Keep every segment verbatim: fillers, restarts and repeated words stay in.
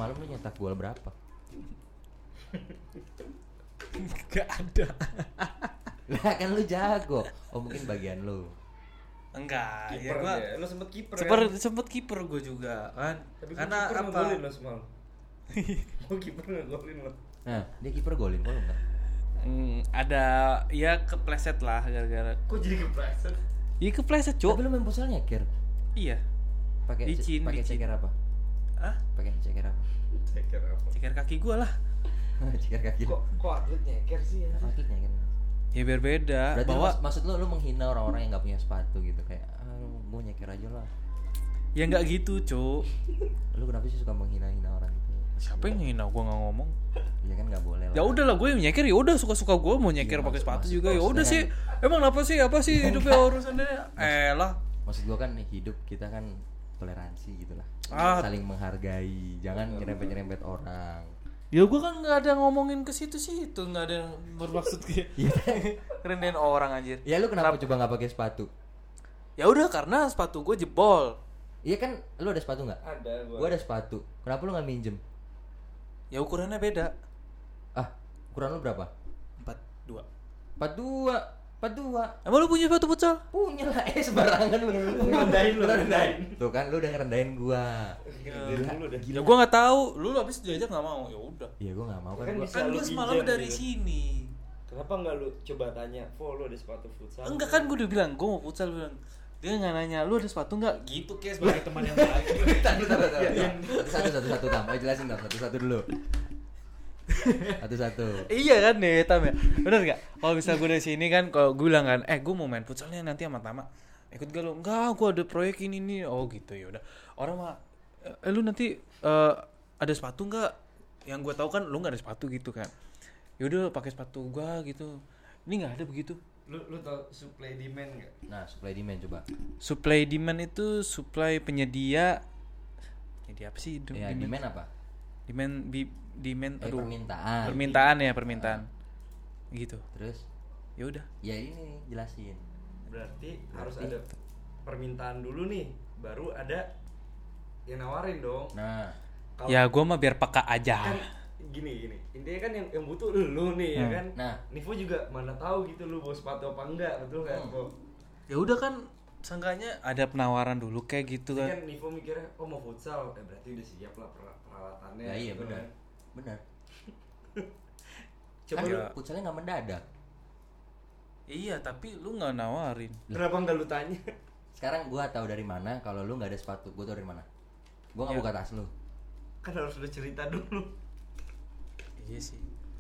semalam lu nyetak gol berapa? Gak ada. Lah kan lu jago. Oh mungkin bagian lu. Enggak, Kiper ya gua ya. Lu sempet kiper Sempet kan? sempet kiper gua juga kan. Tapi Karena kiper apa? ngegolin lo semalam. Oh kiper ngegolin lo. Nah, dia kiper golin gol enggak? Hmm, ada ya kepleset lah gara-gara. Kok jadi kepleset? Iya kepleset, Tapi Cuk. lu main futsal nyeker. Iya. Pakai Licin, pakai licin. ceker apa? Hah? Pakai ceker apa? Ceker apa? Ceker kaki gua lah. ceker kaki. Kok kok atlet nyeker sih ya? Kaki nyeker. Ya biar beda. Berarti Bahwa mas- maksud lu lu menghina orang-orang yang enggak punya sepatu gitu kayak ah gua nyeker aja lah. ya enggak gitu, Cuk. Lu kenapa sih suka menghina-hina orang gitu? Siapa yang ngina gua enggak ngomong. Iya kan enggak boleh lah. Ya udahlah gue yang nyeker ya udah suka-suka gue mau nyeker Iya, pakai maksud- sepatu maksud- juga ya udah maksudnya sih. Emang apa sih apa sih hidupnya urusannya? Eh lah. Maksud gua kan hidup kita kan toleransi gitu lah. Ah. Saling menghargai, jangan nyerempet-nyerempet orang. Ya gue kan nggak ada ngomongin ke situ-situ, nggak ada yang bermaksud kayak rendahin orang anjir. Ya lu kenapa coba nggak pakai sepatu? Ya udah karena sepatu gue jebol. Iya kan lu ada sepatu nggak? Ada gua. Gua ada sepatu. Kenapa lu nggak minjem? Ya ukurannya beda. Ah, ukuran lu berapa? empat dua. empat dua. empat dua. Emang lu punya sepatu futsal? Punya lah, eh sembarangan lu. Ngerendahin lu, rendahin. Tuh kan lu udah ngerendahin gua. Ngerendahin lu dah. Ya gue nggak tahu. Lu habis diajak nggak mau. Ya udah. Iya gua nggak mau kan. Kan Gua. bisa Kan lu gue semalam pinjam dari gitu. sini. Kenapa enggak lu coba tanya, "Vo, lu ada sepatu futsal?" Enggak kan gue udah bilang gue mau futsal bilang. Dia nggak nanya lu ada sepatu nggak? Gitu kayak sebagai teman yang baik. Satu satu satu. Satu satu satu tam. Ayo jelasin tam satu satu dulu. Satu satu. Iya kan nih Tam ya, bener nggak? Kalau bisa gue dari sini kan, kalau gue bilang kan, eh gue mau main futsalnya nanti sama Tama, ikut gak lo? Enggak, gue ada proyek ini nih. Oh gitu ya udah. Orang mah, eh lu nanti uh, ada sepatu nggak? Yang gue tahu kan lu nggak ada sepatu gitu kan? Yaudah pakai sepatu gue gitu. Ini nggak ada begitu. Lu lu tau supply demand enggak? Nah, supply demand coba. Supply demand itu supply penyedia. Penyedia apa sih? Ya, demand apa? Demand bi, demand Eh, aduh. permintaan. Permintaan ya permintaan. Gitu. Terus? Ya udah. Ya ini jelasin. Berarti Berarti- harus ada permintaan dulu nih, baru ada yang nawarin dong. Nah, Kalau Ya gue mah biar peka aja. kan gini gini, intinya kan yang, yang butuh lu nih ya Hmm. kan. Nah. Nivo juga mana tahu gitu lu bawa sepatu apa enggak, betul kan? Hmm. Vo? Ya udah kan seenggaknya ada penawaran dulu kayak gitu Jadi kan. kan Nivo mikirnya, oh mau futsal, eh berarti udah siap lah per- peralatannya. ya iya gitu benar. kan. Benar. Coba Kan lu, Ya. futsalnya nggak mendadak. Iya tapi lu nggak nawarin. kenapa enggak lu tanya? Sekarang gua tahu dari mana kalau lu nggak ada sepatu. Gua tahu dari mana. Gua nggak Ya. buka tas lu. Kan harus udah cerita dulu. Iya sih.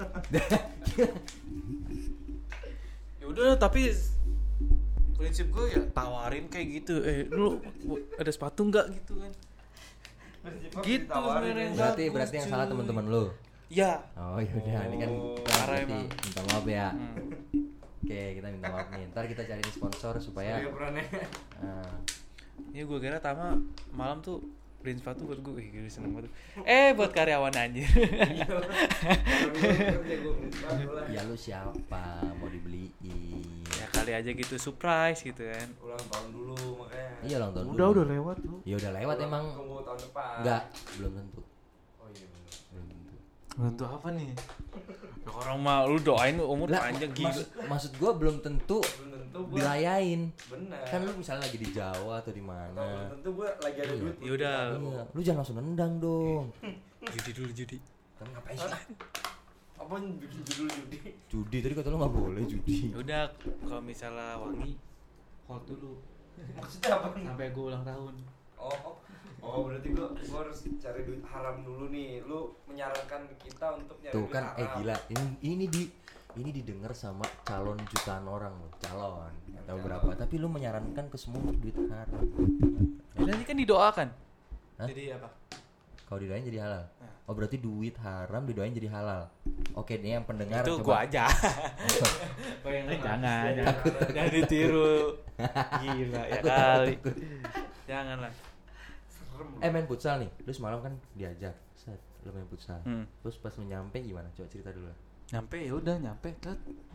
Ya udah tapi prinsip gue ya tawarin kayak gitu. Eh lu ada sepatu nggak gitu kan? Gitu sebenarnya. Berarti Bagus, berarti yang salah cuy. teman-teman lu. Ya. Oh yaudah, ini kan Oh, kita parah berarti emang. minta maaf ya. Hmm. Oke, kita minta maaf nih. Ntar kita cariin sponsor supaya. Saya pernah nanya. Nah, Ini gue kira Tama malam tuh beliin sepatu buat gue. Ih, gue seneng banget. Eh buat karyawan anjir. Iya lah. Kalau gua kerja gua beli sepatu lah. ya lu siapa mau dibeliin? Ya kali aja gitu surprise gitu kan. Ulang tahun dulu makanya. Iya ulang tahun. Udah dulu. udah lewat lu. Ya udah lewat Ulang- emang. Tunggu tahun depan. Enggak, belum tentu. Oh iya benar. Belum tentu. Untuk apa nih? Ya, orang mah lu doain umur Lah, panjang gila. maksud, maksud gua belum tentu Belum tentu gua. dilayain. Bener. Kan lu misalnya lagi di Jawa atau di Atau belum mana. tentu gua lagi ada duit. Ya udah. Iya, lu jangan langsung nendang dong. Judi dulu judi. Kan ngapain sih? Apa yang bikin judul judi? Judi tadi kata lu nggak boleh judi. Ya udah kalau misalnya wangi hold dulu Maksudnya apa? sampai gue ulang tahun. Oh, oh berarti gua, gua harus cari duit haram dulu nih. Lu menyarankan kita untuk nyari Tuh duit kan, haram. eh gila. Ini ini di ini didengar sama calon jutaan orang loh, calon. Nggak tahu berapa. Tapi lu menyarankan ke semua untuk duit haram. Ya, nanti kan didoakan. Hah? Jadi apa? Kalau didoain jadi halal. Nah. Oh berarti duit haram didoain jadi halal. Oke, nih yang pendengar Itu coba. gua aja. Oh yang lain jangan, jangan, jangan ditiru. Gila ya Takut, kali. takut. Janganlah. Serem. Eh main futsal nih. Lu semalam kan diajak. Set, lu main futsal. Hmm. Terus pas lu nyampe gimana? Coba cerita dulu lah. Nyampe ya udah nyampe tet.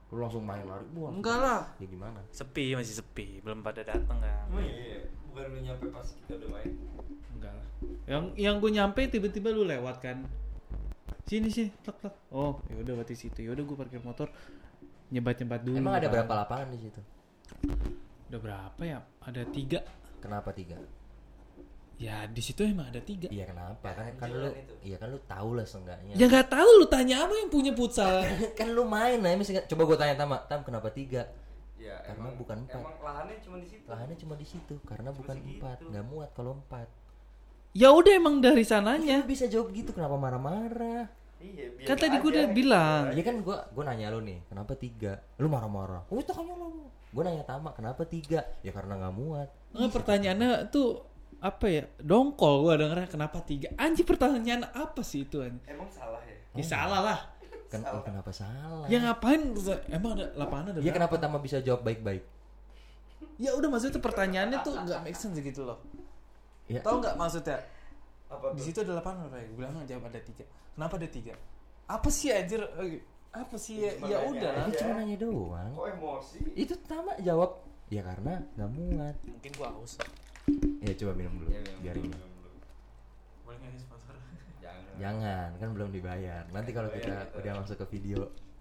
Lu langsung main lari. Wah, Enggak lah. Ya gimana? Sepi, masih sepi, belum pada datang kan. Oh iya, bukan lu nyampe pas kita udah main. Enggak lah. Yang yang gue nyampe tiba-tiba lu lewat kan. Sini sini, tek tek. Oh, ya udah berarti situ. Ya udah gue parkir motor, nyebat-nyebat dulu. Emang ada kan. berapa lapangan di situ? Udah berapa ya? Ada tiga. Kenapa tiga? Ya di situ emang ada tiga. Iya kenapa? Kan kan Jalan lu itu. iya kan lu tahu lah seenggaknya. Ya nggak tahu lu tanya apa yang punya futsal. Kan lu main lah, misalnya coba gue tanya Tama, Tam kenapa tiga? Ya, Karena emang, bukan empat. Emang lahannya cuma di situ. Lahannya cuma di situ karena Cuma bukan segitu. empat, nggak muat kalau empat. Ya udah emang dari Lu sananya. bisa jawab gitu, kenapa marah-marah? Iya, biar Kan tadi gue aja. udah bilang. Iya kan gue gue nanya lu nih, kenapa tiga? Lu marah-marah. Oh tanya lu. Gue nanya Tama, kenapa tiga? Ya karena nggak muat. Nggak, pertanyaannya tuh apa ya? Dongkol gue dengernya kenapa tiga? Anjir, pertanyaan apa sih itu anjir? Emang salah ya? Ya salah lah. Kan oh, kenapa salah? Ya ngapain? Emang ada lapangan ada Ya berapa? kenapa Tama bisa jawab baik-baik? Ya udah, maksudnya pertanyaannya tuh nggak make sense gitu loh. Ya. Tahu nggak maksudnya? Apa Di tuh? situ ada lapangan berapa ya? Gue bilang jawab ada tiga. Kenapa ada tiga? Apa sih anjir? Apa sih ya? Cuma Ya nanya udah lah. Lu aja. cuma nanya doang. Kok emosi? Itu Tama jawab. Ya karena nggak muat. Mungkin gua haus. Ya coba minum dulu. Ya, minum Biar dulu, ini. minum dulu. Boleh nggak sponsor? Jangan. Jangan, kan belum dibayar. Nanti kalau Bayar kita gitu. udah masuk ke video.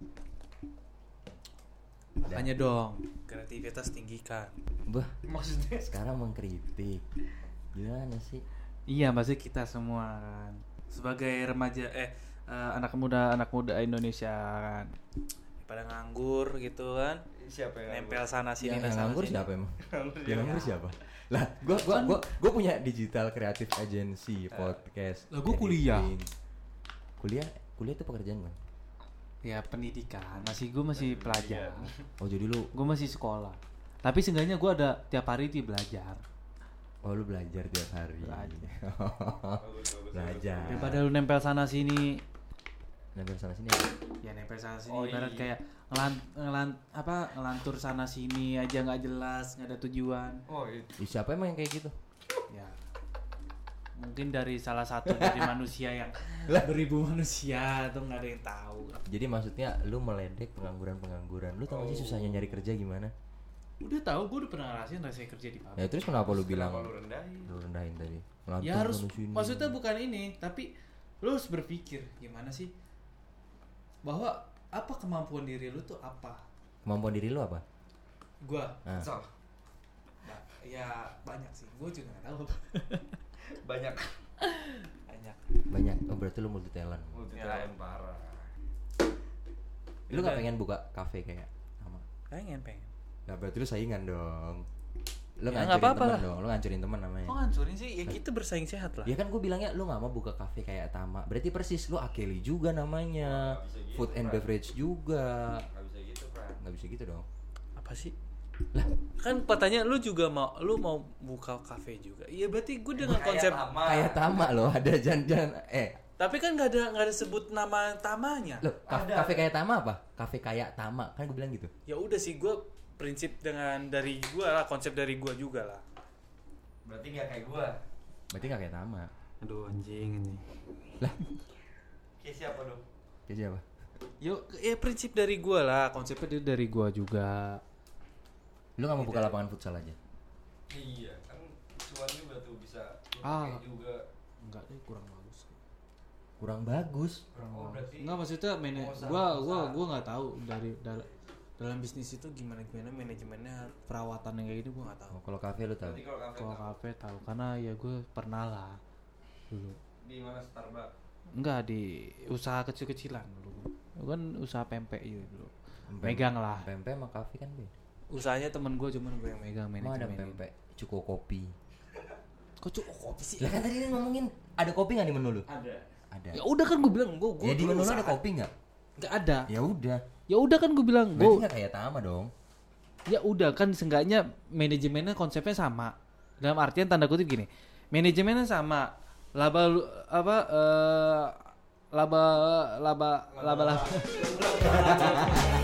Makanya dong, kreativitas tinggikan. Bah, Maksudnya sekarang mengkritik. Gimana sih? Iya, maksudnya kita semua kan sebagai remaja eh eh, anak muda anak muda Indonesia kan pada nganggur gitu kan, siapa yang nempel sana sini Yang, nah yang sana nganggur sini. siapa emang? Nganggur Yang nganggur siapa? Lah, gua gua gua gua punya digital creative agency, podcast. Lah, gua kuliah. editing. Kuliah, kuliah itu pekerjaan kan? Ya pendidikan, masih gue masih pelajar. Oh, jadi lu Gue masih sekolah. Tapi seenggaknya gue ada tiap hari di belajar. oh lu belajar tiap hari. Belajar. Belajar. Daripada lu nempel sana sini, Nempel sana sini. apa? ya nempel sana sini Oh, ibarat iya. kayak ngelan, ngelan apa ngelantur sana sini aja nggak jelas, nggak ada tujuan. Oh itu. Ih, siapa emang yang kayak gitu? Ya mungkin dari salah satu dari manusia yang beribu manusia tuh nggak ada yang tahu. Jadi maksudnya lu meledek pengangguran-pengangguran. Lu tau gak sih susahnya nyari kerja gimana? Udah tahu, gue udah pernah ngerasain rasanya kerja di pabrik. Ya terus kenapa lu bilang Kenapa lu rendahin? lu rendahin tadi? Ngelantur Ya harus, sana sini. maksudnya bukan ini, tapi lu harus berpikir gimana sih bahwa apa kemampuan diri lu tuh apa? Kemampuan diri lu apa? Gua, Nah, So, nah, ya banyak sih, gua juga nggak tahu apa. banyak Banyak. banyak. Oh berarti lu multi talent. multi Ya. talent parah. Lu gak Udah. pengen buka kafe kayak sama? Pengen, pengen. Nah berarti lu saingan dong. Lu Ya, nggak ngancurin apa-apa temen lah. dong. Lu ngancurin temen namanya. Kok ngancurin sih? Ya kita bersaing sehat lah. Ya kan gue bilangnya lu gak mau buka kafe kayak Tama. Berarti persis lu Akeli juga namanya. Nggak bisa gitu, Food and Pran. beverage juga. Gak bisa gitu kan. Gak bisa gitu dong. Apa sih? Lah, kan katanya lu juga mau lu mau buka kafe juga. Iya berarti gue dengan Kayak konsep Tama. Kayak Tama loh, ada jangan eh tapi kan nggak ada nggak ada sebut nama tamanya. Loh, ka- Ada. kafe kayak Tama apa? Kafe kayak Tama, kan gue bilang gitu. Ya udah sih, gue prinsip dengan dari gue lah, konsep dari gue juga lah. Berarti gak kayak gua. Berarti gak kayak Tama. Aduh anjing ini. Lah, Kayak siapa dong? kayak siapa? Yuk, ya prinsip dari gue lah, konsepnya dia dari gue juga. Lu gak mau buka lapangan futsal aja? Iya, kan cuan juga tuh bisa lu Ah. pakai juga. Enggak deh, kurang bagus. Kurang bagus. Oh, berarti Enggak, maksudnya mana Pengusaha- gue gue pengusaha. gue nggak tahu dari dal- dalam bisnis itu gimana gimana manajemennya, perawatan yang kayak gitu gue nggak tahu. Oh, kalau kafe lu tahu. berarti kalau kafe Kalau tahu. kafe tahu karena ya gue pernah lah dulu. Di mana Starbucks? Enggak, di usaha kecil-kecilan dulu. Gue kan usaha pempek gitu dulu. Pempek- Megang lah. Pempek sama kafe kan beda. Usahanya temen gue, cuman gue yang megang Emang ada manajemen. pempek cukup kopi. Kok cuk kopi sih? Lah kan tadi dia ngomongin ada kopi nggak di menu lu? Ada. Ada. Ya udah kan gue bilang gue gue. Ya di menu lu ada kopi nggak? Enggak ada. Ya udah. Ya udah kan gue bilang Berarti gue. nggak kayak Tama dong. Ya udah kan seenggaknya manajemennya konsepnya sama. Dalam artian tanda kutip gini. Manajemennya sama. Laba lu- apa eh laba laba laba laba